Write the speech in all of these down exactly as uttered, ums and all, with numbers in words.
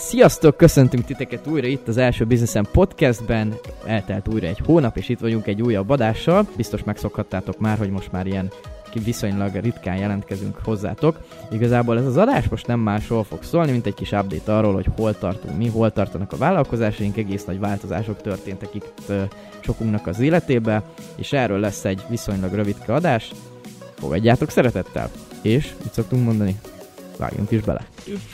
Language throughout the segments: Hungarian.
Sziasztok, köszöntünk titeket újra itt az első Business Podcastben. Eltelt újra egy hónap, és itt vagyunk egy újabb adással. Biztos megszokhattátok már, hogy most már ilyen viszonylag ritkán jelentkezünk hozzátok. Igazából ez az adás most nem másról fog szólni, mint egy kis update arról, hogy hol tartunk mi, hol tartanak a vállalkozásaink, egész nagy változások történtek itt uh, sokunknak az életébe, és erről lesz egy viszonylag rövidke adás. Fogadjátok szeretettel, és mit szoktunk mondani? Vágjunk is bele.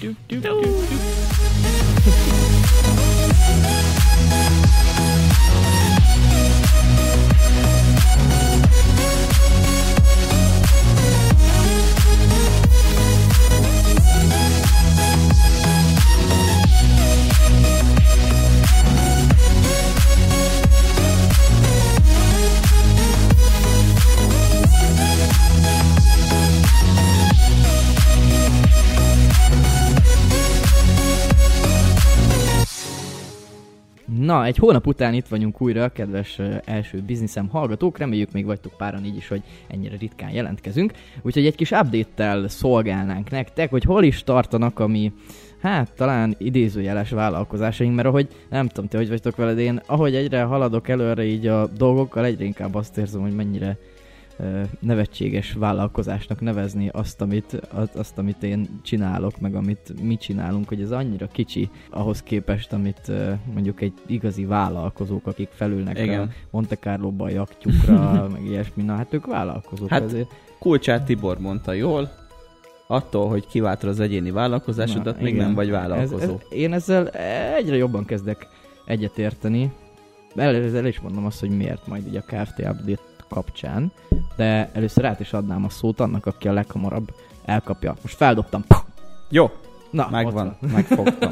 Na, egy hónap után itt vagyunk újra, kedves uh, első bizniszem hallgatók, reméljük még vagytok páran így is, hogy ennyire ritkán jelentkezünk. Úgyhogy egy kis update-tel szolgálnánk nektek, hogy hol is tartanak a mi, hát talán idézőjeles vállalkozásaink, mert ahogy, nem tudom, ti hogy vagytok veled, én ahogy egyre haladok előre így a dolgokkal, egyre inkább azt érzem, hogy mennyire uh, nevetséges vállalkozásnak nevezni azt amit, azt, amit én csinálok, meg amit mi csinálunk, hogy ez annyira kicsi ahhoz képest, amit uh, mondjuk egy igazi vállalkozók, akik felülnek igen. a Monte Carlo-ba a jaktyukra, meg ilyesmi, na hát ők vállalkozók hát, azért. Kulcsár Tibor mondta jól, attól, hogy kiváltod az egyéni vállalkozásodat, na, még igen. nem vagy vállalkozó. Ez, ez, én ezzel egyre jobban kezdek egyetérteni. El, el is mondom azt, hogy miért majd így a Kft. Update kapcsán, de először át is adnám a szót annak, aki a leghamarabb elkapja. Most feldobtam. Jó, na, megvan, megfogtam.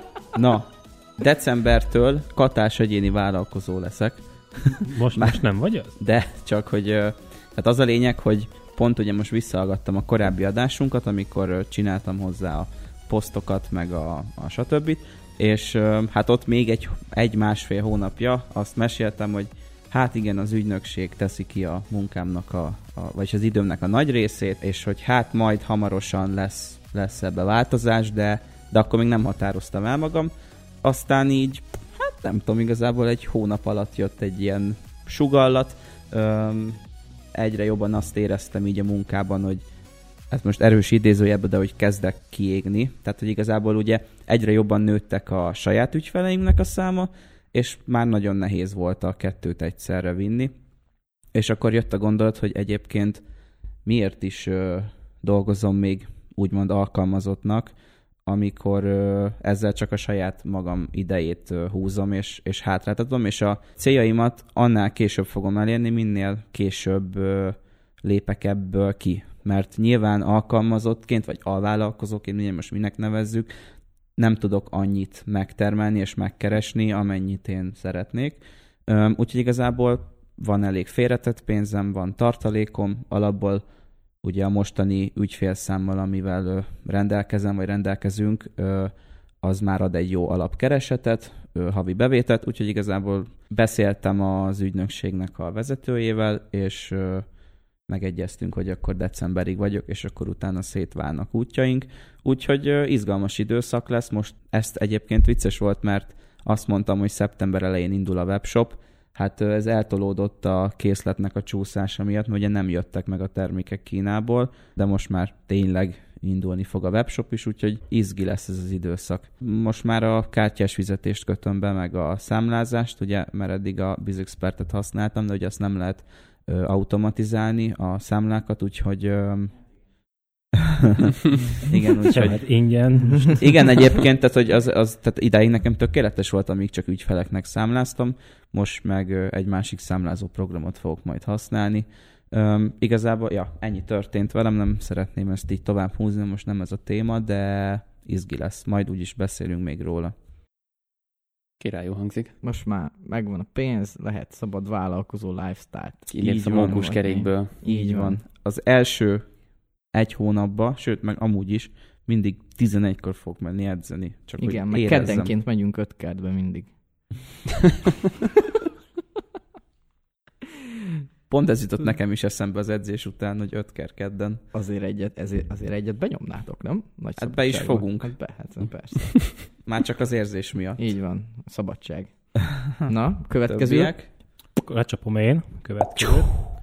Na, decembertől katás egyéni vállalkozó leszek. Most, Már, most nem vagy az? De, csak hogy hát az a lényeg, hogy pont ugye most visszahallgattam a korábbi adásunkat, amikor csináltam hozzá a posztokat, meg a, a stb. És hát ott még egy, egy másfél hónapja azt meséltem, hogy hát igen, az ügynökség teszi ki a munkámnak, a, a, vagy az időmnek a nagy részét, és hogy hát majd hamarosan lesz, lesz ebbe változás, de, de akkor még nem határoztam el magam. Aztán így, hát nem tudom, igazából egy hónap alatt jött egy ilyen sugallat. Öm, egyre jobban azt éreztem így a munkában, hogy ez most erős idézőjelben, de hogy kezdek kiégni. Tehát, hogy igazából ugye egyre jobban nőttek a saját ügyfeleimnek a száma, és már nagyon nehéz volt a kettőt egyszerre vinni. És akkor jött a gondolat, hogy egyébként miért is ö, dolgozom még úgymond alkalmazottnak, amikor ö, ezzel csak a saját magam idejét ö, húzom és, és hátráltatom, és a céljaimat annál később fogom elérni, minél később ö, lépek ebből ki. Mert nyilván alkalmazottként, vagy alvállalkozóként, mindjárt most minek nevezzük, nem tudok annyit megtermelni és megkeresni, amennyit én szeretnék. Úgyhogy igazából van elég félretett pénzem, van tartalékom, alapból ugye a mostani ügyfélszámmal, amivel rendelkezem, vagy rendelkezünk, az már ad egy jó alapkeresetet, havi bevételt, úgyhogy igazából beszéltem az ügynökségnek a vezetőjével, és megegyeztünk, hogy akkor decemberig vagyok, és akkor utána szétválnak útjaink. Úgyhogy uh, izgalmas időszak lesz. Most ezt egyébként vicces volt, mert azt mondtam, hogy szeptember elején indul a webshop. Hát uh, ez eltolódott a készletnek a csúszása miatt, mert ugye nem jöttek meg a termékek Kínából, de most már tényleg indulni fog a webshop is, úgyhogy izgi lesz ez az időszak. Most már a kártyás fizetést kötöm be, meg a számlázást, ugye, mert eddig a BizExpertet használtam, de ugye azt nem lehet automatizálni a számlákat, úgyhogy igen, úgyhogy ingyen. Igen, egyébként, tehát, hogy az, az, tehát idáig nekem tökéletes volt, amíg csak ügyfeleknek számláztam, most meg egy másik számlázó programot fogok majd használni. Um, igazából, ja, ennyi történt velem, nem szeretném ezt így tovább húzni, most nem ez a téma, de izgi lesz, majd úgyis beszélünk még róla. Királyú hangzik. Most már megvan a pénz, lehet szabad vállalkozó lifestyle-t. Kilépsz a mókus kerékből. Így van. Az első egy hónapban, sőt, meg amúgy is mindig tizenegykor fog menni edzeni. Csak igen, meg érezzem. Keddenként megyünk öt kertbe mindig. Pont ez jutott nekem is eszembe az edzés után, hogy ötker kedden. Azért egyet, ezért, azért egyet benyomnátok, nem? Nagy Hát be is fogunk. Hát be, hát persze. Már csak az érzés miatt. Így van, szabadság. Na, következő. Többiek? Lecsapom én, következő.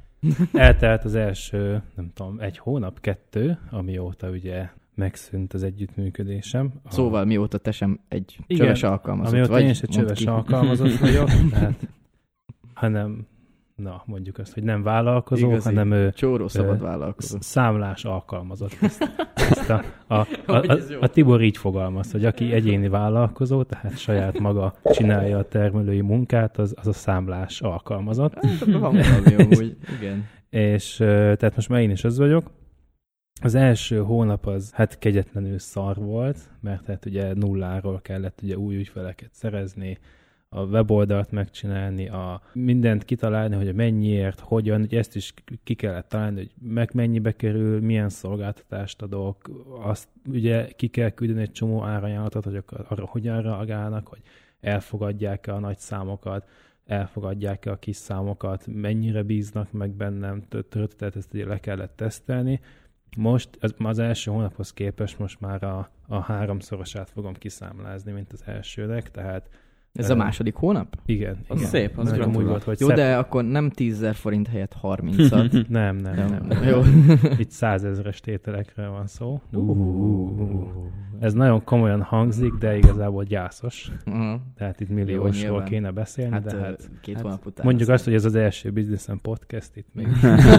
Eltelt az első, nem tudom, egy hónap, kettő, amióta ugye megszűnt az együttműködésem. A... Szóval mióta te sem egy Igen, csöves alkalmazott amióta vagy? én sem csöves alkalmazott vagyok, tehát, hanem, na, mondjuk azt, hogy nem vállalkozó, Igazi, hanem ő csóró szabad vállalkozó. számlás alkalmazott. Ezt, ezt a, a, a, a, a Tibor így fogalmaz, hogy aki egyéni vállalkozó, tehát saját maga csinálja a termelői munkát, az, az a számlás alkalmazott. Hát, van valami amúgy, igen. És tehát most már én is az vagyok. Az első hónap az hát kegyetlenül szar volt, mert hát ugye nulláról kellett ugye új ügyfeleket szerezni, a weboldalt megcsinálni, a mindent kitalálni, hogy mennyiért, hogyan, ugye ezt is ki kellett találni, hogy meg mennyibe kerül, milyen szolgáltatást adok, azt ugye ki kell küldeni egy csomó árajánlatot, hogy arra hogyan reagálnak, hogy elfogadják-e a nagy számokat, elfogadják-e a kis számokat, mennyire bíznak meg bennem, tehát ezt ugye le kellett tesztelni. Most az, az első hónaphoz képest most már a, a háromszorosát fogom kiszámlázni, mint az elsőnek, tehát ez a második hónap? Igen. Az igen. szép, az Nagyon úgy volt, hogy jó, szep... de akkor nem tízezer forint helyett harmincat. nem, nem, nem. nem, nem. Jó. Itt százezres tételekről van szó. Uh, uh, uh. Ez nagyon komolyan hangzik, de igazából gyászos. Uh-huh. Tehát itt milliósról nyilván. kéne beszélni, Hát, de hát... két hát hónap után. mondjuk azt, hogy ez az első Businessen Podcast itt még.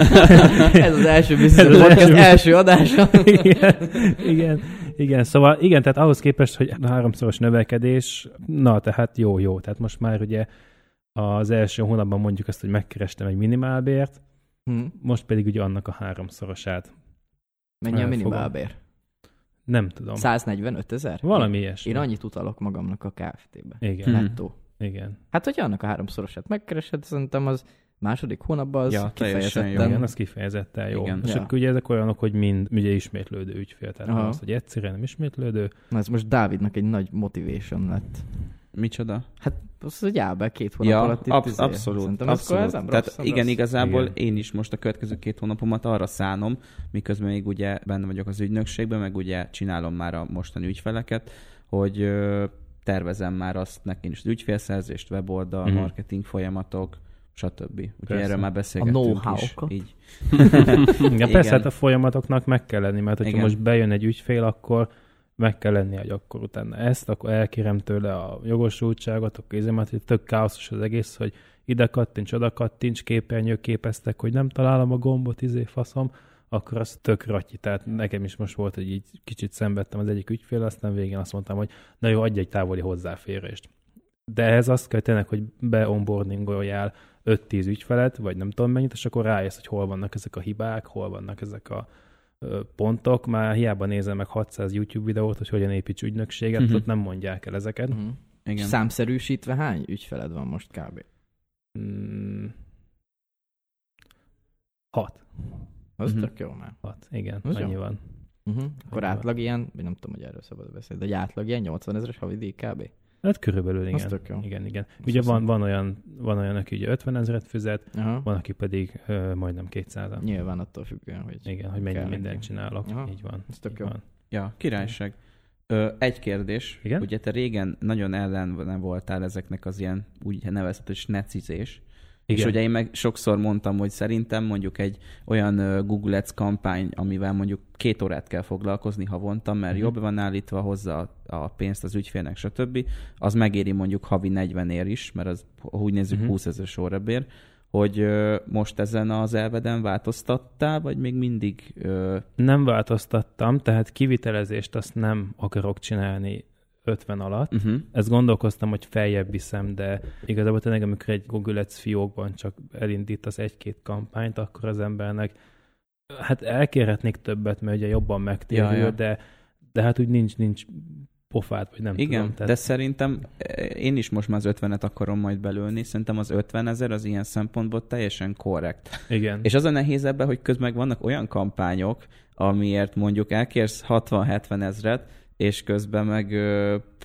Ez az első Businessen Podcast első, első adása. igen, igen, igen, szóval igen, tehát ahhoz képest, hogy a háromszoros növekedés, na, tehát jó, jó. Tehát most már ugye az első hónapban mondjuk azt, hogy megkerestem egy minimálbért, hmm. most pedig ugye annak a háromszorosát. Mennyi a minimálbér? Nem tudom. száznegyvenöt ezer? Valami ilyesmi. Én annyit utalok magamnak a ká ef té-be. Igen. Nettó. Igen. Hát, hogyha annak a háromszorosát megkeresed, szerintem az második hónapban az ja, kifejezetten... jó. Igen, az kifejezetten jó. Igen. És ja. akkor ugye ezek olyanok, hogy mind ugye ismétlődő ügyfél. Tehát Aha. az, hogy egyszerűen nem ismétlődő. Na, ez most Dávidnak egy nagy motivation lett. Micsoda? Hát az, hogy áll két hónap ja, alatt itt ab- izé. abszolút. Szerintem abszolút. Ez nem Tehát rossz, nem igen, rossz. igazából igen. én is most a következő két hónapomat arra szánom, miközben még ugye benne vagyok az ügynökségben, meg ugye csinálom már a mostani ügyfeleket, hogy ö, tervezem már azt nekem is az ügyfélszerzést, weboldal, uh-huh. marketing folyamatok, stb. Úgyhogy erről már beszélgettünk is. Így. Igen, persze, hát a folyamatoknak meg kell lenni, mert hogyha igen. most bejön egy ügyfél, akkor meg kell lenni, hogy akkor utána ezt, akkor elkérem tőle a jogosultságot, akkor izémet, hogy tök káoszos az egész, hogy ide kattints, oda kattints, képernyők képeztek, hogy nem találom a gombot, izé faszom, akkor az tök ratyi. Tehát nekem is most volt, hogy így kicsit szenvedtem az egyik ügyfél, aztán végén azt mondtam, hogy na jó, adj egy távoli hozzáférést. De ehhez azt kell tényleg, hogy beonboardingoljál öt-tíz ügyfelet, vagy nem tudom mennyit, és akkor rájössz, hogy hol vannak ezek a hibák, hol vannak ezek a ö, pontok. Már hiába nézem meg hatszáz YouTube videót, hogy hogyan építs ügynökséget, uh-huh. ott nem mondják el ezeket. Uh-huh. Igen. Számszerűsítve hány ügyfeled van most kb? Hmm. Hat. Az Uh-huh. tök jó már. Hat, igen, Az annyi jó. van. Uh-huh. Akkor Annyi átlag ilyen, vagy nem tudom, hogy erről szabad beszélni, de egy átlag ilyen nyolcvanezeres havidíj kb. Hát körülbelül igen. Az tök jó. Igen, igen. Azt Ugye van, hiszem. van, olyan, van olyan, aki ugye ötven ezret fizet, Aha. van, aki pedig ö, majdnem kétszázan. Nyilván attól függően, hogy... Igen, hogy mennyi kell mindent neki. csinálok. Aha. Így van. Ez tök így jó. van. Ja, királyság. Ö, egy kérdés. Igen? Ugye te régen nagyon ellen voltál ezeknek az ilyen úgy nevezett, hogy snecizés. És ugye én meg sokszor mondtam, hogy szerintem mondjuk egy olyan uh, Google Ads kampány, amivel mondjuk két órát kell foglalkozni havonta, mert uh-huh. jobb van állítva hozzá a, a pénzt az ügyfélnek, stb. Az megéri mondjuk havi negyven ér is, mert az úgy nézzük uh-huh. húszezer órabér, hogy uh, most ezen az elveden változtattál, vagy még mindig... Uh... Nem változtattam, tehát kivitelezést azt nem akarok csinálni ötven alatt. Uh-huh. Ezt gondolkoztam, hogy feljebb viszem, de igazából tényleg, amikor egy Google Ads fiókban csak elindítasz egy-két kampányt, akkor az embernek hát elkérhetnék többet, mert ugye jobban megtérül, ja, ja. de, de hát úgy nincs, nincs pofát, vagy nem Igen, tudom. Igen, tehát... de szerintem én is most már az ötvenet akarom majd belőni, szerintem az ötvenezer az ilyen szempontból teljesen korrekt. Igen. És az a nehéz ebben, hogy közben vannak olyan kampányok, amiért mondjuk elkérsz hatvan-hetven ezret, és közben meg ö,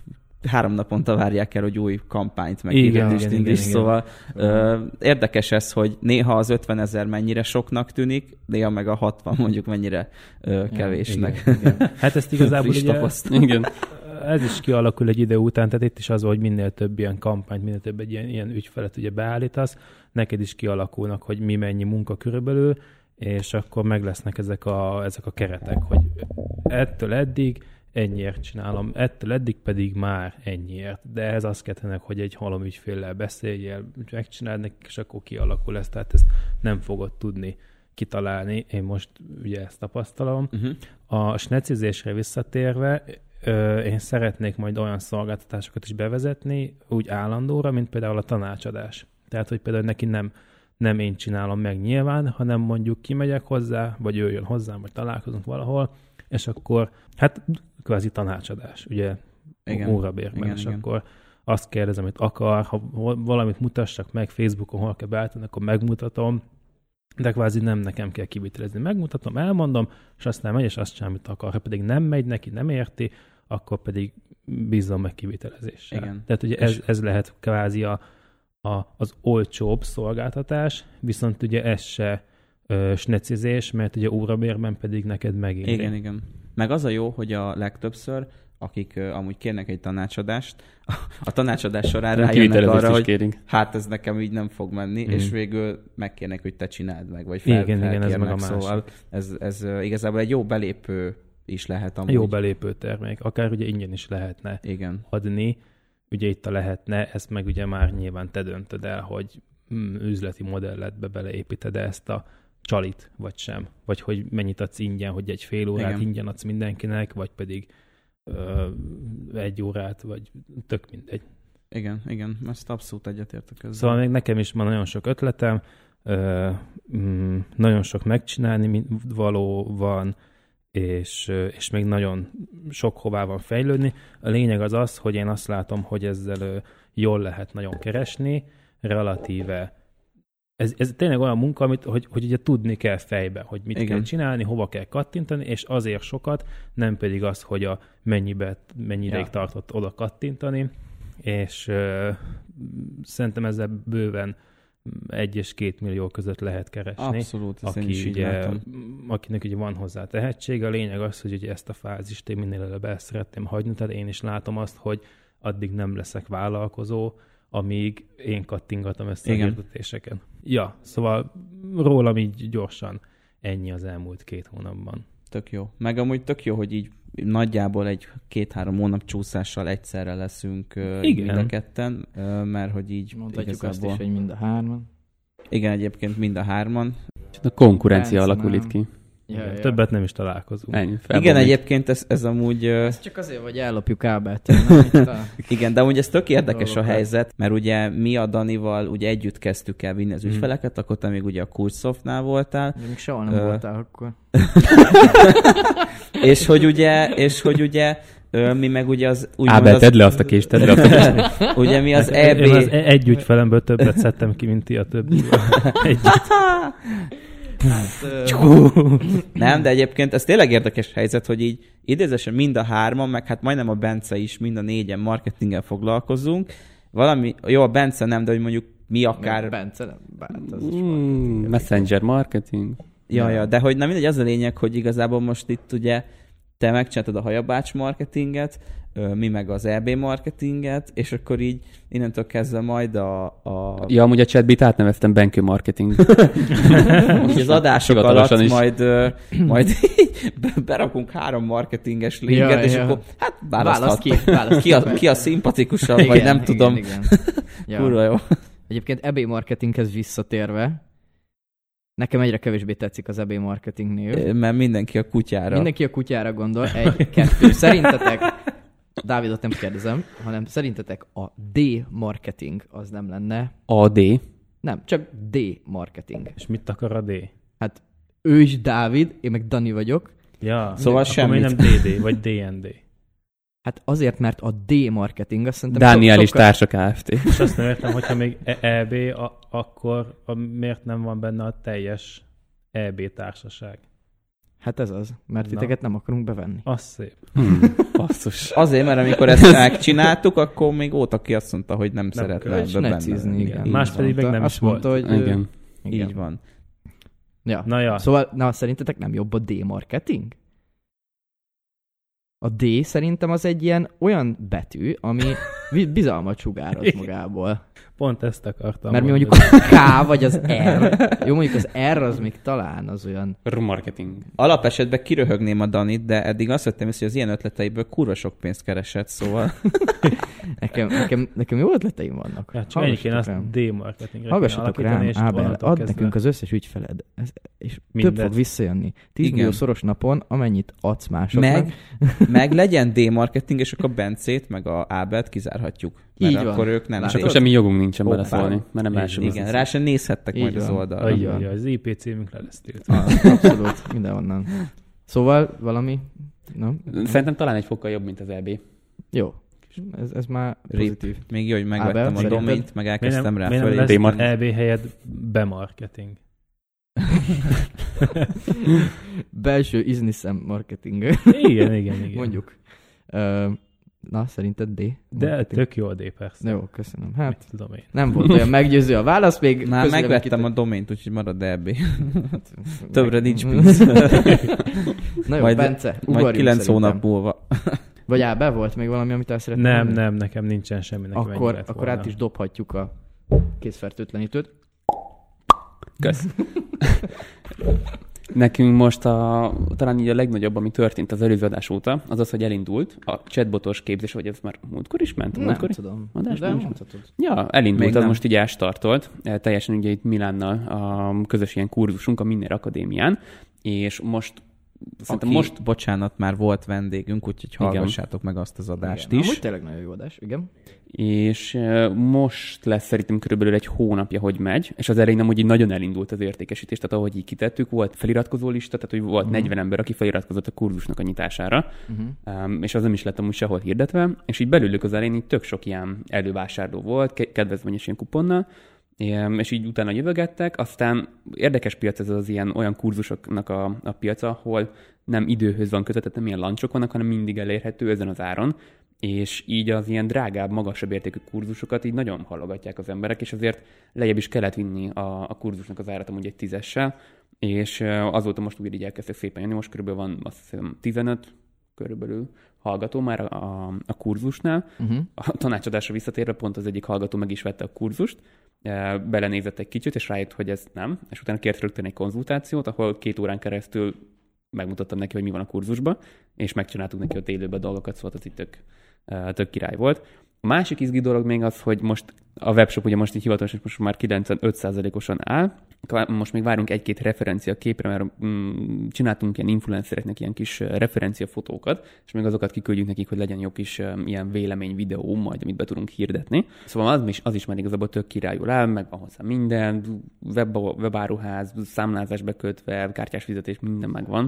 három naponta várják el, hogy új kampányt meg igen, hirdetést igen, indíts. igen, Szóval igen. Ö, érdekes ez, hogy néha az ötvenezer mennyire soknak tűnik, néha meg a hatvan mondjuk mennyire ö, kevésnek. Igen, igen. Hát ezt igazából ugye, igen. ez is kialakul egy idő után, tehát itt is az, hogy minél több ilyen kampányt, minél több egy ilyen, ilyen ügyfelet ugye beállítasz, neked is kialakulnak, hogy mi mennyi munka körülbelül, és akkor meg lesznek ezek a, ezek a keretek, hogy ettől eddig ennyiért csinálom, ettől eddig pedig már ennyiért. De ez azt kellene, hogy egy halom ügyféllel beszéljél, megcsináld nekik, és akkor kialakul ez, tehát ezt nem fogod tudni kitalálni. Én most ugye ezt tapasztalom. Uh-huh. A snecizésre visszatérve, ö, én szeretnék majd olyan szolgáltatásokat is bevezetni, úgy állandóra, mint például a tanácsadás. Tehát, hogy például neki nem, nem én csinálom meg nyilván, hanem mondjuk kimegyek hozzá, vagy ő jön hozzám, vagy találkozunk valahol, és akkor, hát kvázi tanácsadás, ugye, igen, órabérben, igen, és igen. Akkor azt kérdezem, hogy akar, ha valamit mutassak meg Facebookon, hol kell beállítani, akkor megmutatom, de kvázi nem nekem kell kivitelezni. Megmutatom, elmondom, és aztán megy, és azt sem, amit akar. Ha pedig nem megy neki, nem érti, akkor pedig bízzam meg kivitelezéssel. Igen. Tehát ugye ez, ez lehet kvázi a, a, az olcsóbb szolgáltatás, viszont ugye ez se ö, snecizés, mert ugye órabérben pedig neked megéri. Igen, igen. Meg az a jó, hogy a legtöbbször, akik uh, amúgy kérnek egy tanácsadást, a tanácsadás során rájönnek arra, hogy kérünk. Hát ez nekem így nem fog menni, mm. és végül megkérnek, hogy te csináld meg, vagy fel, igen, igen, ez meg a szóval ez, ez uh, igazából egy jó belépő is lehet amúgy. Jó belépő termék, akár ugye ingyen is lehetne igen. adni, ugye itt a lehetne, ezt meg ugye már nyilván te döntöd el, hogy mm, üzleti modelletbe beleépíted ezt a csalit, vagy sem, vagy hogy mennyit adsz ingyen, hogy egy fél órát igen. ingyen adsz mindenkinek, vagy pedig ö, egy órát, vagy tök mindegy. Igen, igen, ezt abszolút egyetértek ezzel. Szóval még nekem is van nagyon sok ötletem, ö, mm, nagyon sok megcsinálni való van, és, és még nagyon sok hová van fejlődni. A lényeg az az, hogy én azt látom, hogy ezzel jól lehet nagyon keresni, relatíve Ez, ez tényleg olyan munka, amit, hogy, hogy ugye tudni kell fejbe, hogy mit igen. kell csinálni, hova kell kattintani, és azért sokat, nem pedig az, hogy a mennyibe, mennyi ideig ja. tartott oda kattintani, és uh, szerintem ezzel bőven egy és két millió között lehet keresni. Abszolút, ezt én is ugye, akinek ugye van hozzá tehetsége. A lényeg az, hogy ugye ezt a fázist én minél előbb el szeretném hagyni, tehát én is látom azt, hogy addig nem leszek vállalkozó, amíg én kattingatom ezt a hirdetéseken. Ja, szóval rólam így gyorsan ennyi az elmúlt két hónapban. Tök jó. Meg amúgy tök jó, hogy így nagyjából egy két-három hónap csúszással egyszerre leszünk mind a ketten, mert hogy így mondhatjuk igazából... azt is, hogy mind a hárman. Igen, egyébként mind a hárman. A konkurencia Ránc, alakul nem. itt ki. Ja, ja. Többet nem is találkozunk. Ennyi, igen, egyébként ez, ez amúgy... Ez csak azért, hogy ellopjuk Ábelt. A... igen, de amúgy ez tök érdekes a helyzet, mert ugye mi a Danival ugye együtt kezdtük el vinni az ügyfeleket, hmm. akkor te még ugye a Kulcsoftnál voltál. De még soha nem uh... voltál akkor. és hogy ugye, és hogy ugye mi meg ugye az... Ábel, tedd le azt a kést, tedd le azt a kést. Ugye mi az é bé... Én az egy ügyfelemből többet szedtem ki, mint ti a többi. Együtt. Hát, nem, de egyébként ez tényleg érdekes helyzet, hogy így idézősen mind a hárman, meg hát majdnem a Bence is, mind a négyen marketinggel foglalkozunk. Valami, jó, a Bence nem, de hogy mondjuk mi akár... Bence nem, bár az is mm, Messenger marketing. Ja, ja, de hogy na mindegy, az a lényeg, hogy igazából most itt ugye te megcsináltad a Hajabács marketinget, mi meg az é bé marketinget, és akkor így innentől kezdve majd a... a... Ja, amúgy a chatbit átneveztem Benkő marketing. Most az adások alatt is. majd, majd berakunk három marketinges linket, ja, és ja. akkor hát választhat. Ki, választ ki, a, ki a szimpatikusabb, igen, vagy nem igen, tudom. Igen. Ja. Kurva jó. Egyébként é bé marketinghez visszatérve, nekem egyre kevésbé tetszik az é bé marketing név. Mert mindenki a kutyára. Mindenki a kutyára gondol. Egy, kettő. Szerintetek, Dávidot nem kérdezem, hanem szerintetek a D-marketing az nem lenne? A D? Nem, csak D-marketing. És mit akar a D? Hát ő is Dávid, én meg Dani vagyok. Ja, szóval semmit. Nem dé dé, vagy dé en dé. Hát azért, mert a D-marketing azt szerintem... Dániel is társa Kft. És azt nem értem, hogyha még é bé, a, akkor a, miért nem van benne a teljes é bé társaság? Hát ez az, mert titeket nem akarunk bevenni. Az szép. Hmm, basszus. Azért, mert amikor ezt megcsináltuk, akkor még óta ki azt mondta, hogy nem, nem szeretne És ebbe necizni, benne. igen. Más pedig meg nem azt is mondta, volt. hogy... Igen. Igen. Így van. Ja. Na ja. Szóval, na, szerintetek nem jobb a D-marketing? A D szerintem az egy ilyen olyan betű, ami bizalmat sugároz magából. Pont ezt akartam. Mert mi mondani. mondjuk a K vagy az R. Jó, mondjuk az R az még talán az olyan... Marketing. Alapesetben kiröhögném a Danit, de eddig azt vettem észre, hogy az ilyen ötleteiből kurva sok pénzt keresett, szóval... nekem, nekem, nekem jó ötleteim vannak. Ja, csak ennyi kéne azt D-marketingre Hallgassatok rám, Ábel, add kezdve. nekünk az összes ügyfeled, ez, és Mindet. több fog visszajönni. tíz Igen. millió szoros napon, amennyit adsz másoknak. Meg, meg legyen D-marketing, és akkor Bencét, meg a Ábelt kizárhatjuk. Mert Így van. akkor ők nem... És Látod? akkor semmi jogunk nincsen Hoppá. beleszólni, mert nem Így, első Igen, rá sem nézhettek Így majd az van. oldalra. Így Így van. van. Az I P címünk le lesz tiltva. Ah, abszolút, mindenhonnan. Szóval valami... No? Szerintem talán egy fokkal jobb, mint az E B. Jó. Ez, ez már Rip. pozitív. Még jó, hogy megvettem Ábel, a szerinted? domaint, meg elkezdtem rá Miért nem fölé. lesz D-mark- E B helyett bemarketing? Belső izniszem marketing. Igen, igen, igen. Mondjuk. Ö, na, szerinted D? De Marketing? tök jó a D persze. Jó, köszönöm. Hát Mit tudom én. nem volt olyan meggyőző a válasz, még Már közülem megvettem kit- a domaint, úgyhogy marad E B. Hát, Többre meg- nincs pénz. Na jó, Majd- Bence, Majd ugorjunk kilenc szerintem. hónap múlva. Vagy Ábel, volt még valami, amit el szeretnél Nem, mondani? nem, nekem nincsen semmi. Nekem ennyi Akkor, lett akkor volna. át is dobhatjuk a készfertőtlenítőt. Kösz. Nekünk most a, talán így a legnagyobb, ami történt az előző adás óta, az az, hogy elindult a chatbotos képzés, vagy ez már múltkor is ment? Nem Múltkor? tudom. Adásban De is? mondhatod. Ja, elindult, Még az nem. most így elstartolt. Eh, Teljesen ugye itt Milánnal a közös ilyen kurzusunk a Minner Akadémián, és most szerintem Aki, most bocsánat, már volt vendégünk, úgyhogy Igen. hallgassátok meg azt az adást Igen. is. Amúgy tényleg nagyon jó adás, igen. és eh, most lesz szerintem körülbelül egy hónapja, hogy megy, és az elején amúgy így nagyon elindult az értékesítés, tehát ahogy így kitettük, volt feliratkozó lista, tehát hogy volt Mhm. negyven ember, aki feliratkozott a kurzusnak a nyitására, Uh-huh. um, és az nem is lett amúgy sehol hirdetve, és így belőlük az elején így tök sok ilyen elővásárló volt, ke- kedvezményes ilyen kuponnal, Ilyen, és így utána jövögettek, aztán érdekes piac ez az ilyen olyan kurzusoknak a, a piaca, ahol nem időhöz van kötve, tehát nem ilyen lancsok vannak, hanem mindig elérhető ezen az áron, és így az ilyen drágább, magasabb értékű kurzusokat így nagyon hallogatják az emberek, és azért lejjebb is kellett vinni a, a kurzusnak az árat amúgy egy tízessel, és azóta most úgy így elkezdtek szépen jönni, most körülbelül van azt hiszem tizenöt körülbelül hallgató már a, a, a kurzusnál. Uh-huh. A tanácsadásra visszatérve pont az egyik hallgató meg is vette a kurzust, eh, belenézett egy kicsit, és rájött, hogy ez nem, és utána kért rögtön egy konzultációt, ahol két órán keresztül megmutattam neki, hogy mi van a kurzusban, és megcsináltuk neki ott élőben dolgokat, szóval az itt tök, eh, tök király volt. A másik izgi dolog még az, hogy most a webshop ugye most így hivatalosan most már kilencvenöt százalékosan áll. Most még várunk egy-két referencia képre, mert mm, csináltunk ilyen influencereknek ilyen kis referencia fotókat, és még azokat kiküldjük nekik, hogy legyen jó kis um, ilyen vélemény videó, majd amit be tudunk hirdetni. Szóval az is, az is már igazából tök királyul áll, meg van hozzá minden, web, webáruház, számlázás bekötve, kártyás fizetés, minden megvan.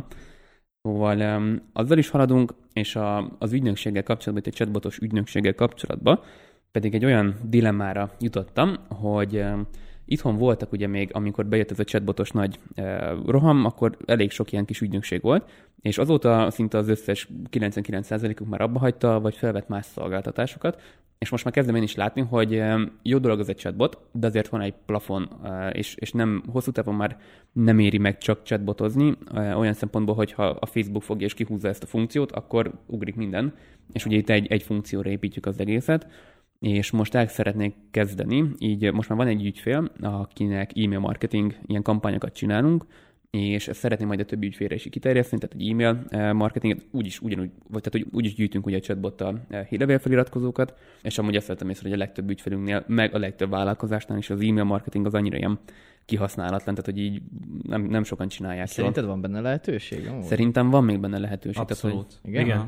Szóval um, azzal is haladunk, és a, az ügynökséggel kapcsolatban, egy chatbotos ügynökséggel kapcsolatban pedig egy olyan dilemmára jutottam, hogy um, itthon voltak ugye még, amikor bejött ez a chatbotos nagy uh, roham, akkor elég sok ilyen kis ügynökség volt, és azóta szinte az összes kilencvenkilenc százalékuk már abba hagyta, vagy felvett más szolgáltatásokat, és most már kezdem én is látni, hogy um, jó dolog az egy chatbot, de azért van egy plafon, uh, és, és nem hosszú távon már nem éri meg csak chatbotozni, uh, olyan szempontból, hogy ha a Facebook fogja és kihúzza ezt a funkciót, akkor ugrik minden, és ugye itt egy, egy funkcióra építjük az egészet, és most el szeretnék kezdeni, így most már van egy ügyfél, akinek e-mail marketing ilyen kampányokat csinálunk, és ezt szeretném majd a többi ügyfélre is kiterjeszteni, tehát egy e-mail marketinget úgyis, ugyanúgy, vagy tehát úgy is gyűjtünk ugye a chatbottal hírlevél feliratkozókat, és amúgy azt vettem észre, hogy a legtöbb ügyfelünknél, meg a legtöbb vállalkozásnál is az e-mail marketing az annyira ilyen kihasználatlan, tehát hogy így nem, nem sokan csinálják. Szerinted van benne lehetőség? Amúgy? Szerintem van még benne lehetőség. Abszolút. Tehát, hogy Igen? Igen. Aha.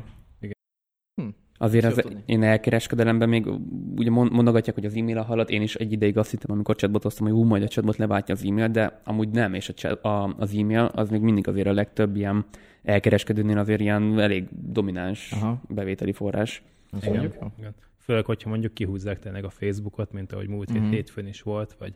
azért Jó az tudni. én elkereskedelemben még ugye mondogatják, hogy az e-mail halad, én is egy ideig azt hittem, amikor chatbotoztam, hogy ú, majd a chatbot leváltja az e-mail, de amúgy nem, és a chat, a, az e-mail az még mindig azért a legtöbb ilyen elkereskedőnél azért ilyen elég domináns Aha. bevételi forrás. Azt Igen. mondjuk, jó. Igen. Főleg, hogyha mondjuk kihúzzák tényleg a Facebookot, mint ahogy múlt hét Mhm. hétfőn is volt, vagy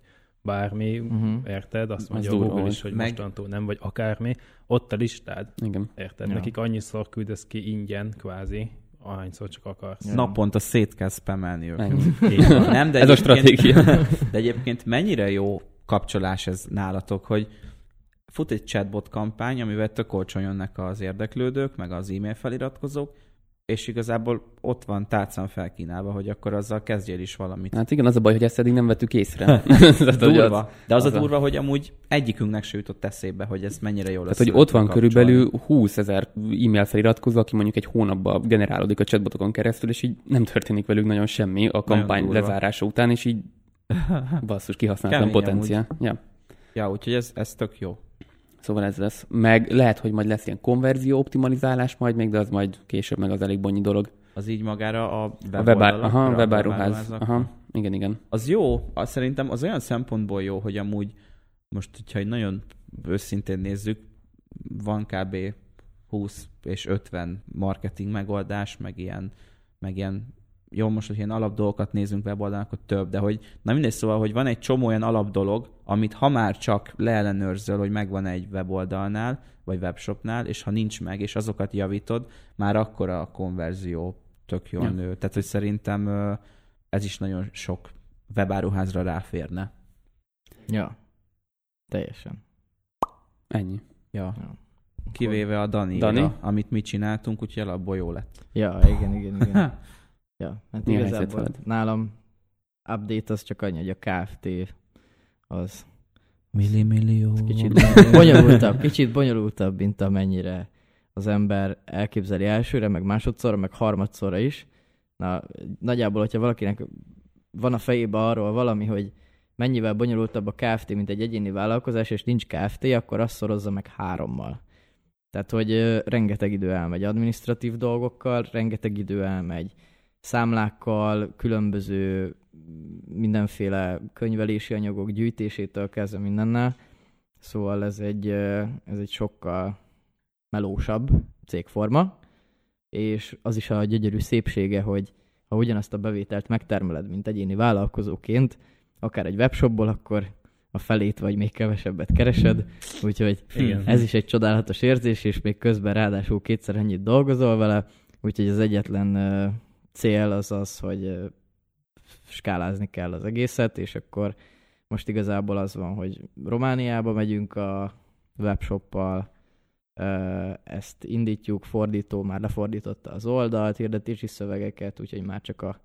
bármi, Uh-huh. érted? Azt Az mondja a durva Google volt. is, hogy Meg- mostantól nem vagy akármi. Ott a listád, Igen. érted? Ja. Nekik annyiszor küldesz ki ingyen, kvázi, ahányszor csak akarsz. Ja. Naponta szét kell spamelni őket. Ennyi. Így van. Nem, de Ez a egyébként- stratégia. De egyébként mennyire jó kapcsolás ez nálatok, hogy fut egy chatbot kampány, amivel tök olcsón jönnek az érdeklődők, meg az e-mail feliratkozók, és igazából ott van tárcán felkínálva, hogy akkor azzal kezdjél is valamit. Hát igen, az a baj, hogy ezt eddig nem vettük észre. Tehát, hogy Durva. az- De az, az a a- durva, hogy amúgy egyikünknek se jutott eszébe, hogy ez mennyire jól Tehát, hogy ott van körülbelül húszezer e-mail feliratkozó, aki mondjuk egy hónapban generálódik a chatbotokon keresztül, és így nem történik velük nagyon semmi a kampány durva. lezárása után, és így basszus, kihasználatlan Kemény potenciál. Ja. Ja, úgyhogy ez, ez tök jó. Szóval ez lesz. Meg lehet, hogy majd lesz ilyen konverzió optimalizálás majd még, de az majd később meg az elég bonnyi dolog. Az így magára a A webár, weboldalakra, aha, a webáruház. webáruházakra. Aha, igen, igen. Az jó, az szerintem az olyan szempontból jó, hogy amúgy most, hogyha egy nagyon őszintén nézzük, van kb. húsz és ötven marketing megoldás, meg ilyen, meg ilyen jó, most, hogy ilyen alapdolgokat nézünk weboldalon, akkor több, de hogy, na mindegy, szóval, hogy van egy csomó olyan alapdolog, amit ha már csak leellenőrzöl, hogy megvan egy weboldalnál, vagy webshopnál, és ha nincs meg, és azokat javítod, már akkor a konverzió tök jól Ja. nő. Tehát, hogy szerintem ö, ez is nagyon sok webáruházra ráférne. Ja. Teljesen. Ennyi. Ja. Ja. Kivéve a Dani, Dani? amit mi csináltunk, úgyhogy alapból jó lett. Ja, igen, igen, igen. Ja, hát Mi a helyzet igazából veled? nálam update az csak annyi, hogy a Kft. Az Millimillió. kicsit bonyolultabb, kicsit bonyolultabb, mint amennyire az ember elképzeli elsőre, meg másodszorra, meg harmadszorra is. Na, nagyjából, hogyha valakinek van a fejében arról valami, hogy mennyivel bonyolultabb a Kft., mint egy egyéni vállalkozás, és nincs Kft., akkor azt szorozza meg hárommal. Tehát, hogy ö, rengeteg idő elmegy adminisztratív dolgokkal, rengeteg idő elmegy számlákkal, különböző mindenféle könyvelési anyagok gyűjtésétől kezdve mindennel. Szóval ez egy, ö, ez egy sokkal melósabb cégforma, és az is a gyönyörű szépsége, hogy ha ugyanazt a bevételt megtermeled, mint egyéni vállalkozóként, akár egy webshopból, akkor a felét vagy még kevesebbet keresed, úgyhogy Igen. ez is egy csodálatos érzés, és még közben ráadásul kétszer ennyit dolgozol vele, úgyhogy az egyetlen uh, cél az az, hogy uh, skálázni kell az egészet, és akkor most igazából az van, hogy Romániába megyünk a webshoppal, uh, ezt indítjuk, fordító már lefordította az oldalt, hirdetési szövegeket, úgyhogy már csak a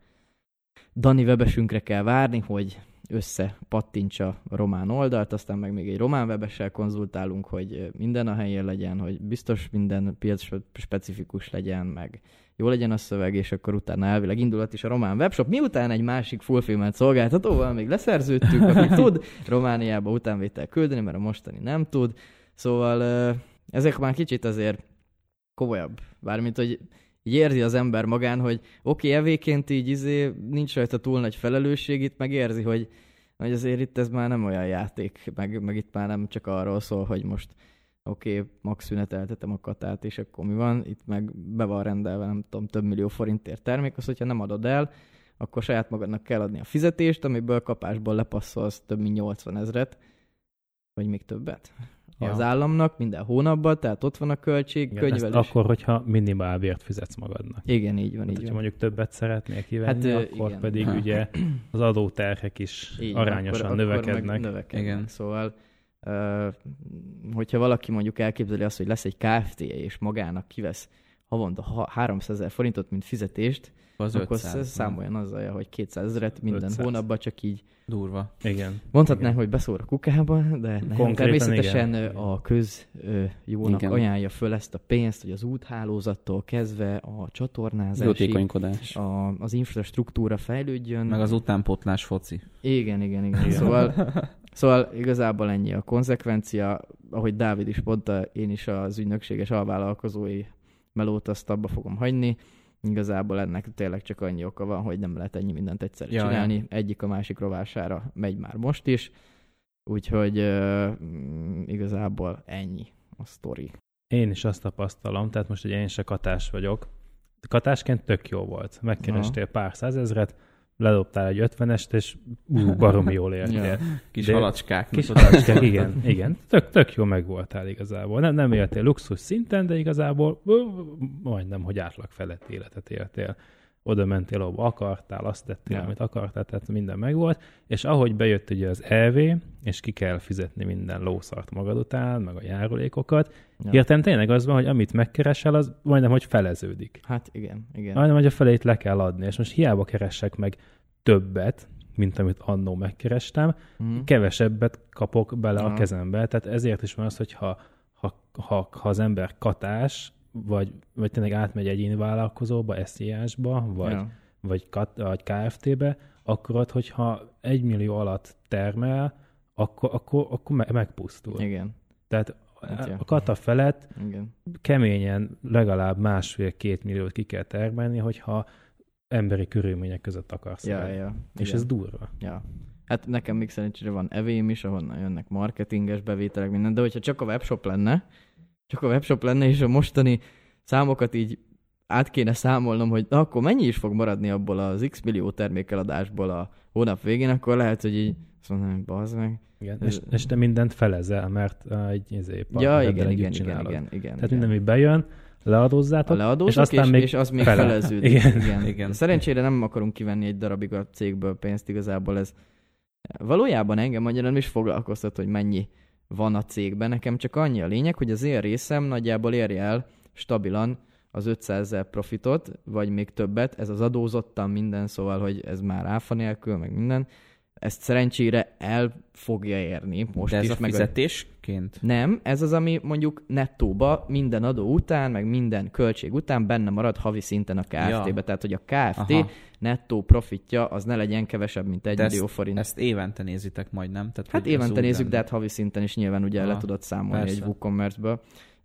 Dani webesünkre kell várni, hogy összepattintsa a román oldalt, aztán meg még egy román webessel konzultálunk, hogy minden a helyén legyen, hogy biztos minden piac specifikus legyen, meg jó legyen a szöveg, és akkor utána elvileg indulhat is a román webshop, miután egy másik fulfillment szolgáltatóval még leszerződtük, aki tud Romániába utánvétel küldeni, mert a mostani nem tud. Szóval ezek már kicsit azért komolyabb. Bármint, hogy így érzi az ember magán, hogy oké, okay, evéként így izé, nincs rajta túl nagy felelősség, itt meg érzi, hogy, hogy azért itt ez már nem olyan játék, meg, meg itt már nem csak arról szól, hogy most oké, okay, max szüneteltetem a katát, és akkor mi van, itt meg be van rendelve, nem tudom, több millió forintért termék, az, hogyha nem adod el, akkor saját magadnak kell adni a fizetést, amiből kapásból lepasszolsz több mint nyolcvan ezret, vagy még többet. Ja. Az államnak minden hónapban, tehát ott van a költség, Igen, ezt könyvelés. akkor, hogyha minimálbért fizetsz magadnak. Igen, így van, Hát, így hogyha van. mondjuk többet szeretnél kivenni, Hát, ö, akkor igen. pedig ugye az adóterhek is Így van, arányosan akkor, növekednek. Akkor meg növekednek. Igen. Szóval, uh, hogyha valaki mondjuk elképzeli azt, hogy lesz egy Kft. És magának kivesz havonta háromszázezer forintot, mint fizetést, Az akkor ötszáz, számoljon azzal, hogy kétszázezret minden ötszáz. hónapban csak így. Durva. Igen. Mondhatnánk, Igen. hogy beszór a kukába, de nem. Konkrétan Természetesen igen. a köz ö, jónak Igen. ajánlja föl ezt a pénzt, hogy az úthálózattól kezdve a csatornázásig, Jótékonykodás. a, az infrastruktúra fejlődjön. Meg az utánpótlás foci. Igen, igen, igen. Igen. Szóval, szóval igazából ennyi a konzekvencia. Ahogy Dávid is mondta, én is az ügynökséges alvállalkozói melót azt abba fogom hagyni. Igazából ennek tényleg csak annyi oka van, hogy nem lehet ennyi mindent egyszerre Ja, csinálni. ja. Egyik a másik rovására megy már most is. Úgyhogy uh, igazából ennyi a sztori. Én is azt tapasztalom, tehát most ugye én se katás vagyok. Katásként tök jó volt. Megkerestél pár százezret, ledobtál egy ötvenest, és ú, baromi jól értél. Ja. Kis De- halacskák. Kis halacskák, igen, igen. Tök, tök jó megvoltál igazából. Nem, nem éltél luxus szinten, de igazából ö, majdnem, hogy átlag felett életet éltél. Oda mentél, ahol akartál, azt tettél, Ja. amit akartál, tehát minden megvolt. És ahogy bejött ugye az é vé, és ki kell fizetni minden lószart magad után, meg a járulékokat, Ja. hirtelen tényleg az van, hogy amit megkeresel, az majdnem, hogy feleződik. Hát igen, igen. Majdnem, hogy a felét le kell adni, és most hiába keressek meg többet, mint amit annó megkerestem, Mhm. kevesebbet kapok bele Aha. a kezembe. Tehát ezért is van az, hogy ha, ha, ha, ha az ember katás, vagy, vagy tényleg átmegy egyéni vállalkozóba, es zé á-sba, vagy, Ja. vagy, kat, vagy ká ef té-be, akkor ott, hogyha egy millió alatt termel, akkor, akkor, akkor me- megpusztul. Igen, Tehát Hát, ja. a kata felett igen. keményen legalább másfél-két milliót ki kell termelni, hogyha emberi körülmények között akarsz Ja, élni. ja. És igen. ez durva. Ja. Hát nekem még szerencsére van evém is, ahonnan jönnek marketinges bevételek, minden, de hogyha csak a webshop lenne, csak a webshop lenne, és a mostani számokat így át kéne számolnom, hogy na, akkor mennyi is fog maradni abból az X millió termékeladásból a hónap végén, akkor lehet, hogy így azt mondanám, hogy bazd meg. Igen. Ez- És, és te mindent felezel, mert uh, egy izé, Ja, partnereddel igen, együtt igen, igen, csinálod. igen, igen. Tehát igen. minden, ami bejön, leadózzátok, A leadózok, és aztán és, még és az még fele. feleződik. Igen. Igen. Igen. Igen. Szerencsére nem akarunk kivenni egy darabig a cégből pénzt, igazából ez valójában engem magyarán is foglalkoztat, hogy mennyi van a cégben. Nekem csak annyi a lényeg, hogy az én részem nagyjából érje el stabilan az ötszázezer profitot, vagy még többet, ez az adózottan minden, szóval, hogy ez már áfa nélkül, meg minden. Ezt szerencsére el fogja érni most De ez is. a meg fizetésként? Nem, ez az, ami mondjuk nettóba minden adó után, meg minden költség után benne marad havi szinten a ká ef té-be. Ja. Tehát, hogy a ká ef té Aha. nettó profitja az ne legyen kevesebb, mint egy De ezt- millió forint. Ezt évente nézitek majd, nem? Tehát, Hát hogy az évente úgy nézzük, lenne. de hát havi szinten is nyilván ugye Aha, le tudod számolni persze. egy WooCommerce-ből.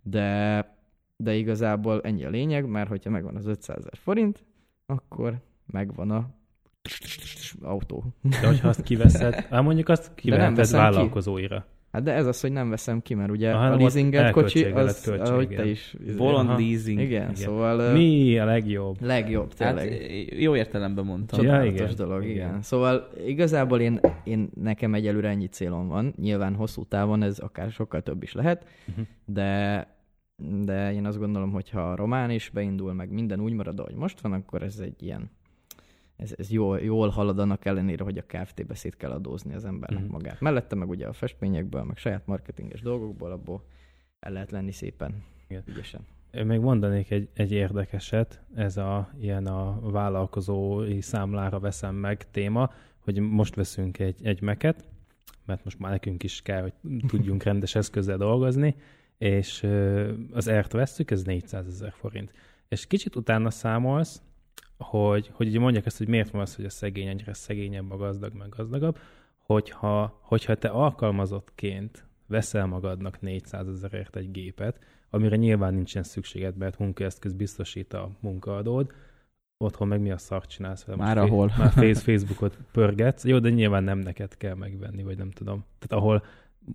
De, de igazából ennyi a lényeg, mert hogyha megvan az ötszázezer forint, akkor megvan a autó. De hogyha azt kiveszed, hát mondjuk azt kiveheted veszem ki. vállalkozóira. Hát de ez az, hogy nem veszem ki, mert ugye Aha, a ott leasingelt kocsi, elköltségeled az, költség, ahogy igen. te is. Bolond Aha. leasing. Igen, Igen. szóval ö, Mi a legjobb? legjobb Hát tényleg. jó értelemben mondtam. Ja, Csodálatos igen. dolog, igen. Igen. Szóval igazából én, én nekem egyelőre ennyi célom van. Nyilván hosszú távon ez akár sokkal több is lehet, Uh-huh. de, de én azt gondolom, hogy ha a román is beindul, meg minden úgy marad, ahogy most van, akkor ez egy ilyen, ez, ez jól, jól halad annak ellenére, hogy a ká ef té-be szét kell adózni az embernek Mhm. magát. Mellette meg ugye a festményekből, meg saját marketinges dolgokból, abból el lehet lenni szépen, Igen. ügyesen. Én még mondanék egy, egy érdekeset, ez a ilyen a vállalkozói számlára veszem meg téma, hogy most veszünk egy, egy Mac-et, mert most már nekünk is kell, hogy tudjunk rendes eszközzel dolgozni, és ö, az Air-t vesszük, ez négyszázezer forint. És kicsit utána számolsz, hogy, hogy ugye mondják ezt, hogy miért van az, hogy a szegény egyre szegényebb, a gazdag meg gazdagabb, hogyha, hogyha te alkalmazottként veszel magadnak négyszázezerért egy gépet, amire nyilván nincsen szükséged, mert munkaeszköz biztosít a munkaadód, otthon meg mi a szart csinálsz vele? Már Most ahol. Már face, Facebookot pörgetsz. Jó, de nyilván nem neked kell megvenni, vagy nem tudom. Tehát ahol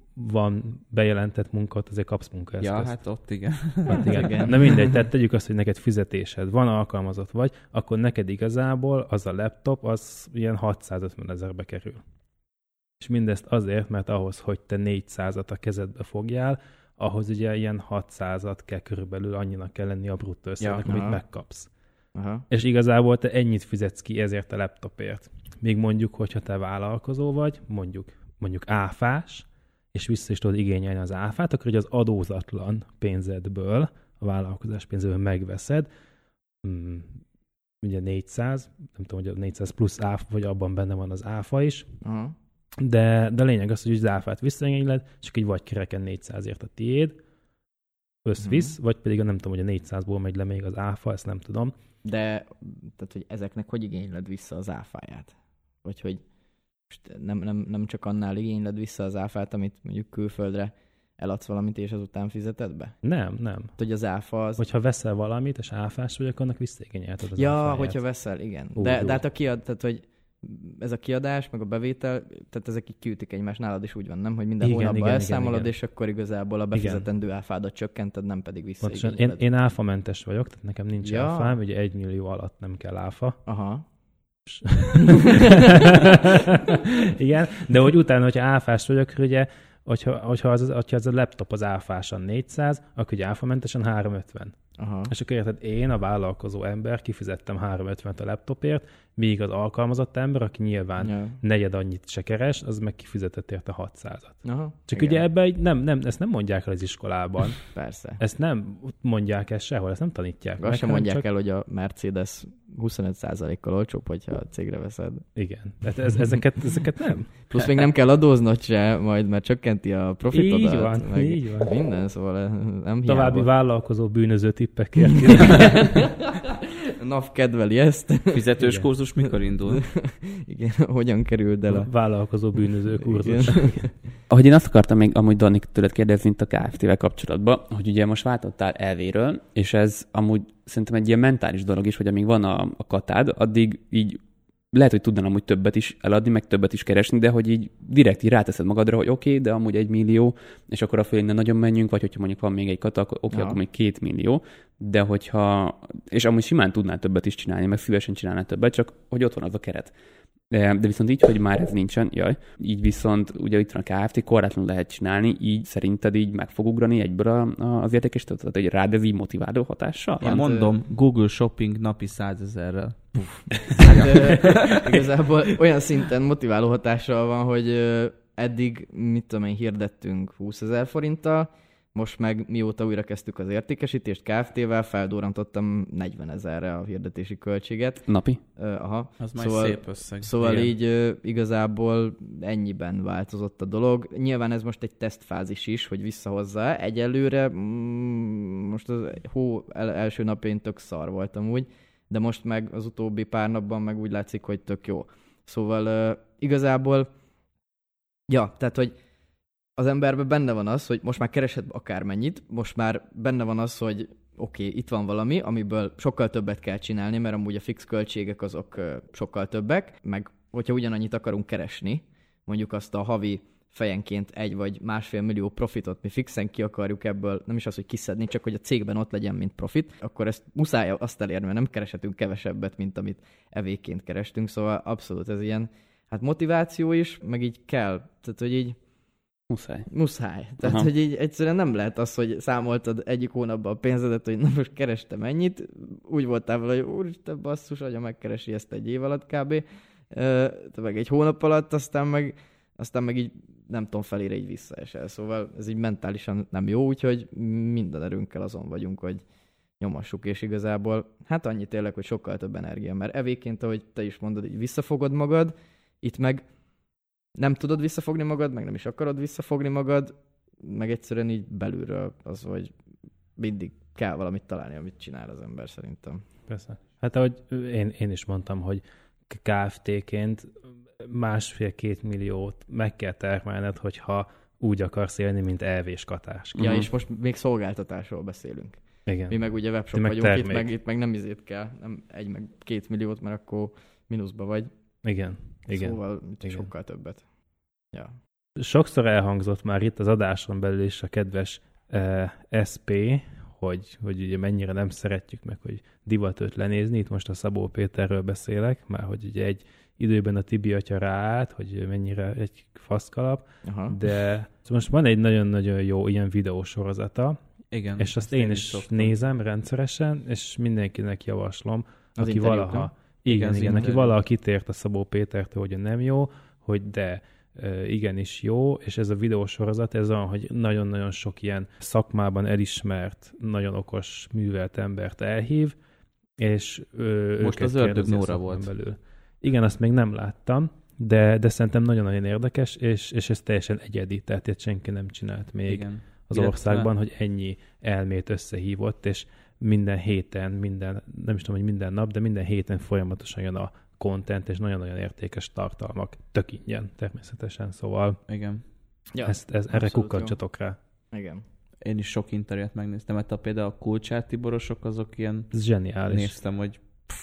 van bejelentett munkat, azért kapsz munkaeszközt. Ja, hát ott igen. Hát igen. Igen. Na mindegy, tehát tegyük azt, hogy neked fizetésed van, alkalmazott vagy, akkor neked igazából az a laptop, az ilyen hatszázötven ezerbe kerül. És mindezt azért, mert ahhoz, hogy te négyszázat a kezedbe fogjál, ahhoz ugye ilyen hatszázat kell körülbelül, annyinak kell lenni a bruttó összegnek, Ja, amit aha. megkapsz. Aha. És igazából te ennyit fizetsz ki ezért a laptopért. Még mondjuk, hogyha te vállalkozó vagy, mondjuk, mondjuk áfás, és vissza is tudod igényelni az áfát, akkor ugye az adózatlan pénzedből, a vállalkozás pénzéből megveszed, hmm, ugye négyszáz, nem tudom, hogy a négyszáz plusz áfa, vagy abban benne van az áfa is, Aha. de, de lényeg az, hogy az áfát visszaigényled, és akkor így vagy kereken négyszázért a tiéd, összvisz, Mhm. vagy pedig a nem tudom, hogy a négyszázból megy le még az áfa, ezt nem tudom. De, tehát, hogy ezeknek hogy igényled vissza az áfáját? Vagy hogy most nem, nem, nem csak annál igényled vissza az áfát, amit mondjuk külföldre eladsz valamit, és azután fizeted be? Nem, nem. Tehát, hogy az áfa az... Hogyha veszel valamit, és áfás vagy, akkor annak visszaigényelted az ja, áfáját. hogyha veszel, igen. Úgy, de, úgy. de hát a kiad, tehát, hogy ez a kiadás, meg a bevétel, tehát ezek így kiütik egymást, nálad is úgy van, nem? Hogy minden Igen, hónapban igen, elszámolod, igen, igen. és akkor igazából a befizetendő áfádat csökkented, nem pedig Pontosan. Én, visszaigényeled. én áfamentes vagyok, tehát nekem nincs Ja. áfám, ugye egy millió alatt nem kell áfa, Aha. Igen, de hogy utána, hogyha áfás vagyok, ugye, hogyha, hogyha, az, hogyha az a laptop az áfásan négyszáz, akkor ugye áfamentesen háromszázötven. Aha. És akkor érted, én, a vállalkozó ember kifizettem háromszázötvent a laptopért, míg az alkalmazott ember, aki nyilván Ja. negyed annyit se keres, az meg kifizetett érte hatszázat. Aha. Csak Igen. ugye ebben nem, nem, ezt nem mondják el az iskolában. Persze. Ezt nem mondják el sehol, ezt nem tanítják. Azt sem hanem mondják csak... el, hogy a Mercedes huszonöt százalékkal olcsóbb, hogyha a cégre veszed. Igen, tehát ez, ezeket, ezeket nem. Plusz még nem kell adóznod se, majd mert csökkenti a profitodat. Így van, meg így van. Minden, szóval nem További hiába. vállalkozó bűnöző tippekért. NAV kedveli ezt. Fizetős Igen. kurzus mikor indul? Igen, hogyan került el a... Vállalkozó bűnöző kurzus. Igen. Ahogy én azt akartam még amúgy Dani tőled kérdezni, mint a ká ef té-vel kapcsolatban, hogy ugye most váltottál elvéről, és ez amúgy szerintem egy ilyen mentális dolog is, hogy amíg van a, a katád, addig így lehet, hogy tudnál amúgy többet is eladni, meg többet is keresni, de hogy így direkt így ráteszed magadra, hogy oké, okay, de amúgy egy millió, és akkor a föl innen nagyon menjünk, vagy hogyha mondjuk van még egy kata, akkor oké, okay, Aha. akkor még két millió, de hogyha, és amúgy simán tudnál többet is csinálni, meg szívesen csinálnál többet, csak hogy ott van az a keret. De, de viszont így, hogy már ez nincsen, jaj, így viszont ugye itt van a ká ef té, korlátlanul lehet csinálni, így szerinted így meg fog ugrani egyből a, a, az értékesítő, tehát hogy rád ez így motiváló hatással? Én mondom, Google Shopping napi százezerrel. Hát, ö, igazából olyan szinten motiváló hatással van, hogy ö, eddig, mit tudom én, hirdettünk húszezer forinttal, most meg mióta újra kezdtük az értékesítést ká ef té-vel, feldurrantottam negyvenezerre a hirdetési költséget. Napi? Ö, aha. Az már Szóval- szép összeg. Szóval Igen. így ö, igazából ennyiben változott a dolog. Nyilván ez most egy tesztfázis is, hogy visszahozza. Egyelőre mm, most az hó el- első napján tök szar voltam úgy, de most meg az utóbbi pár napban meg úgy látszik, hogy tök jó. Szóval ö, igazából ja, tehát hogy az emberben benne van az, hogy most már keresed akármennyit, most már benne van az, hogy oké, okay, itt van valami, amiből sokkal többet kell csinálni, mert amúgy a fix költségek azok ö, sokkal többek, meg hogyha ugyanannyit akarunk keresni, mondjuk azt a havi fejenként egy vagy másfél millió profitot mi fixen ki akarjuk ebből, nem is az, hogy kiszedni, csak hogy a cégben ott legyen, mint profit, akkor ezt muszáj azt elérni, mert nem kereshetünk kevesebbet, mint amit evéként kerestünk, szóval abszolút ez ilyen, hát motiváció is, meg így kell, tehát hogy így Muszáj. muszáj. Tehát, Aha. hogy így egyszerűen nem lehet az, hogy számoltad egyik hónapban a pénzedet, hogy na most kerestem ennyit, úgy voltál vele, hogy úristen basszus, agya megkeresi ezt egy év alatt kb. Ö, meg egy hónap alatt, aztán meg, aztán meg így nem tudom, felére így visszaesel. Szóval ez így mentálisan nem jó, úgyhogy minden erőnkkel azon vagyunk, hogy nyomassuk, és igazából hát annyi tényleg, hogy sokkal több energia, mert evéként, ahogy te is mondod, így visszafogod magad, itt meg nem tudod visszafogni magad, meg nem is akarod visszafogni magad, meg egyszerűen így belülről az, hogy mindig kell valamit találni, amit csinál az ember szerintem. Persze. Hát ahogy én, én is mondtam, hogy ká ef té-ként másfél-két milliót meg kell termelned, hogyha úgy akarsz élni, mint elvés katás. Ja, és most még szolgáltatásról beszélünk. Igen. Mi meg ugye webshop meg vagyunk, itt termék. meg, itt meg nem izét kell, nem egy meg két milliót, mert akkor mínuszba vagy. Igen. Igen. Szóval itt Igen. sokkal többet. Ja. Sokszor elhangzott már itt az adáson belül is a kedves eh, es pé, hogy, hogy ugye mennyire nem szeretjük meg, hogy divat őt lenézni. Itt most a Szabó Péterről beszélek, már hogy ugye egy időben a Tibi atya ráállt, hogy mennyire egy faszkalap, Aha. de most van egy nagyon-nagyon jó ilyen videósorozata, Igen. és azt én is szoktam. nézem rendszeresen, és mindenkinek javaslom, Az aki interjúk, valaha, nem? igen, Igen, az igen, aki interjú. valaha kitért a Szabó Pétertől, hogy nem jó, hogy de ö, igenis jó, és ez a videósorozat, ez olyan, hogy nagyon-nagyon sok ilyen szakmában elismert, nagyon okos, művelt embert elhív, és ö, Most őket az Ördög kérdezi a Nóra szakmán volt. belül. Igen, azt még nem láttam, de, de szerintem nagyon-nagyon érdekes, és, és ez teljesen egyedi, tehát ilyet senki nem csinált még Igen. az Illetve- országban, hogy ennyi elmét összehívott, és minden héten, minden, nem is tudom, hogy minden nap, de minden héten folyamatosan jön a content, és nagyon-nagyon értékes tartalmak, tök ingyen természetesen, szóval Igen. Ja, ezt, ez, erre abszolút jó. kukkantsatok rá. Igen. Én is sok interjút megnéztem, mert a például a Kulcsár Tiborosok azok ilyen, Ez zseniális. néztem, hogy pff,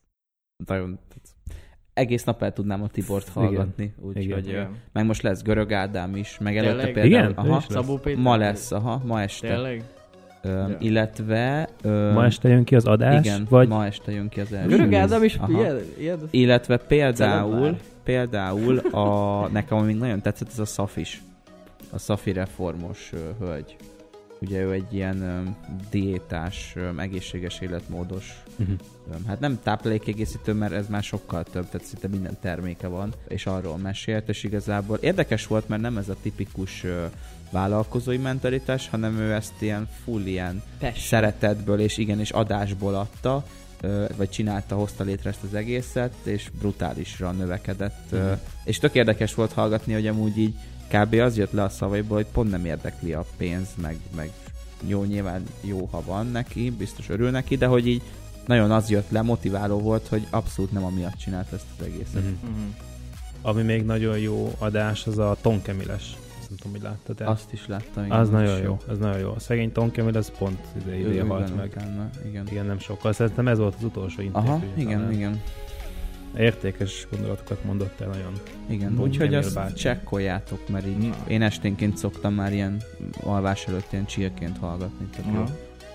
nagyon, egész nap el tudnám a Tibort hallgatni, úgyhogy Igen. meg most lesz Görög Ádám is, meg Tényleg? előtte például, Igen? aha, Ő is lesz. Szabó Péter? ma lesz, aha, ma este. Tényleg? Ö, Ja. Illetve... Ö, Ma este jön ki az adás? igen, Vagy... ma este jön ki az első. Görög Ádám is Aha. ilyen, ilyen... Illetve például, Celebár. például a, nekem még nagyon tetszett ez a Szafis. A Szafi reformos ö, hölgy. Ugye ő egy ilyen ö, diétás, ö, egészséges életmódos, Uh-huh. ö, hát nem táplálékkiegészítő, mert ez már sokkal több, tehát szinte minden terméke van, és arról mesélt, és igazából érdekes volt, mert nem ez a tipikus ö, vállalkozói mentalitás, hanem ő ezt ilyen full ilyen Passion. szeretetből és igenis adásból adta, ö, vagy csinálta, hozta létre ezt az egészet, és brutálisra növekedett. Mhm. Ö, és tök érdekes volt hallgatni, hogy amúgy így kb. Az jött le a szavaiból, hogy pont nem érdekli a pénz, meg, meg jó, nyilván jó, ha van neki, biztos örül neki, de hogy így nagyon az jött le, motiváló volt, hogy abszolút nem amiatt csinált ezt az egészet. Uh-huh. Uh-huh. Ami még nagyon jó adás, az a Tonkemiles. Azt nem tudom, hogy láttad el. Azt is láttam. Igen, Az nagyon is jó, az nagyon jó. A szegény Tonkemil, az pont ide, Ő- ide ő halt van meg. utána, igen. Igen, nem sokkal. Szerintem ez volt az utolsó interjú. Aha, igen, igen. Értékes gondolatokat mondott el nagyon. Igen, Bon úgyhogy Kemil azt bácsi. csekkoljátok, mert így Na. én esténként szoktam már ilyen alvás előtt ilyen chillként hallgatni. Tehát jó. Aha.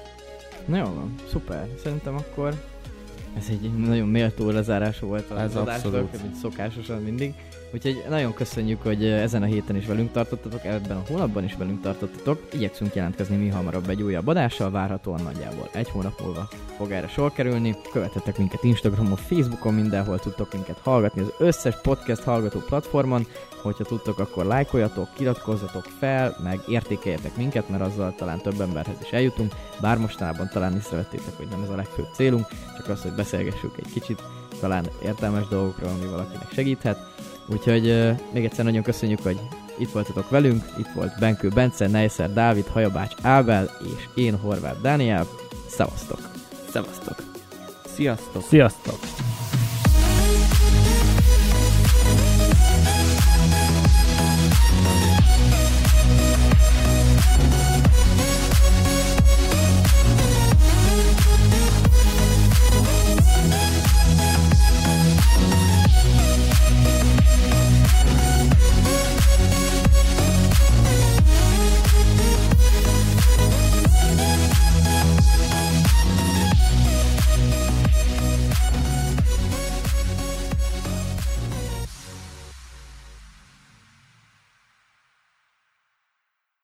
Na jó van, szuper. Szerintem akkor ez egy nagyon méltó lezárása volt az Ez adásnak, abszolút. mint szokásosan mindig. Úgyhogy nagyon köszönjük, hogy ezen a héten is velünk tartottatok, ebben a hónapban is velünk tartottatok. Igyekszünk jelentkezni mi hamarabb egy újabb adással, várhatóan nagyjából egy hónap múlva fog erre sor kerülni. Követetek minket Instagramon, Facebookon, mindenhol tudtok minket hallgatni, az összes podcast hallgató platformon. Hogyha tudtok, akkor lájkoljatok, kiratkozzatok fel, meg értékeljetek minket, mert azzal talán több emberhez is eljutunk. Bár mostanában talán észrevettétek, hogy nem ez a legfőbb célunk, csak az, hogy beszélgessünk egy kicsit, talán értelmes dolgokról, ami valakinek segíthet. Úgyhogy uh, még egyszer nagyon köszönjük, hogy itt voltatok velünk. Itt volt Benkő Bence, Neisser Dávid, Hajabács Ábel és én, Horváth Dániel. Szevasztok! Szevasztok! Sziasztok! Sziasztok!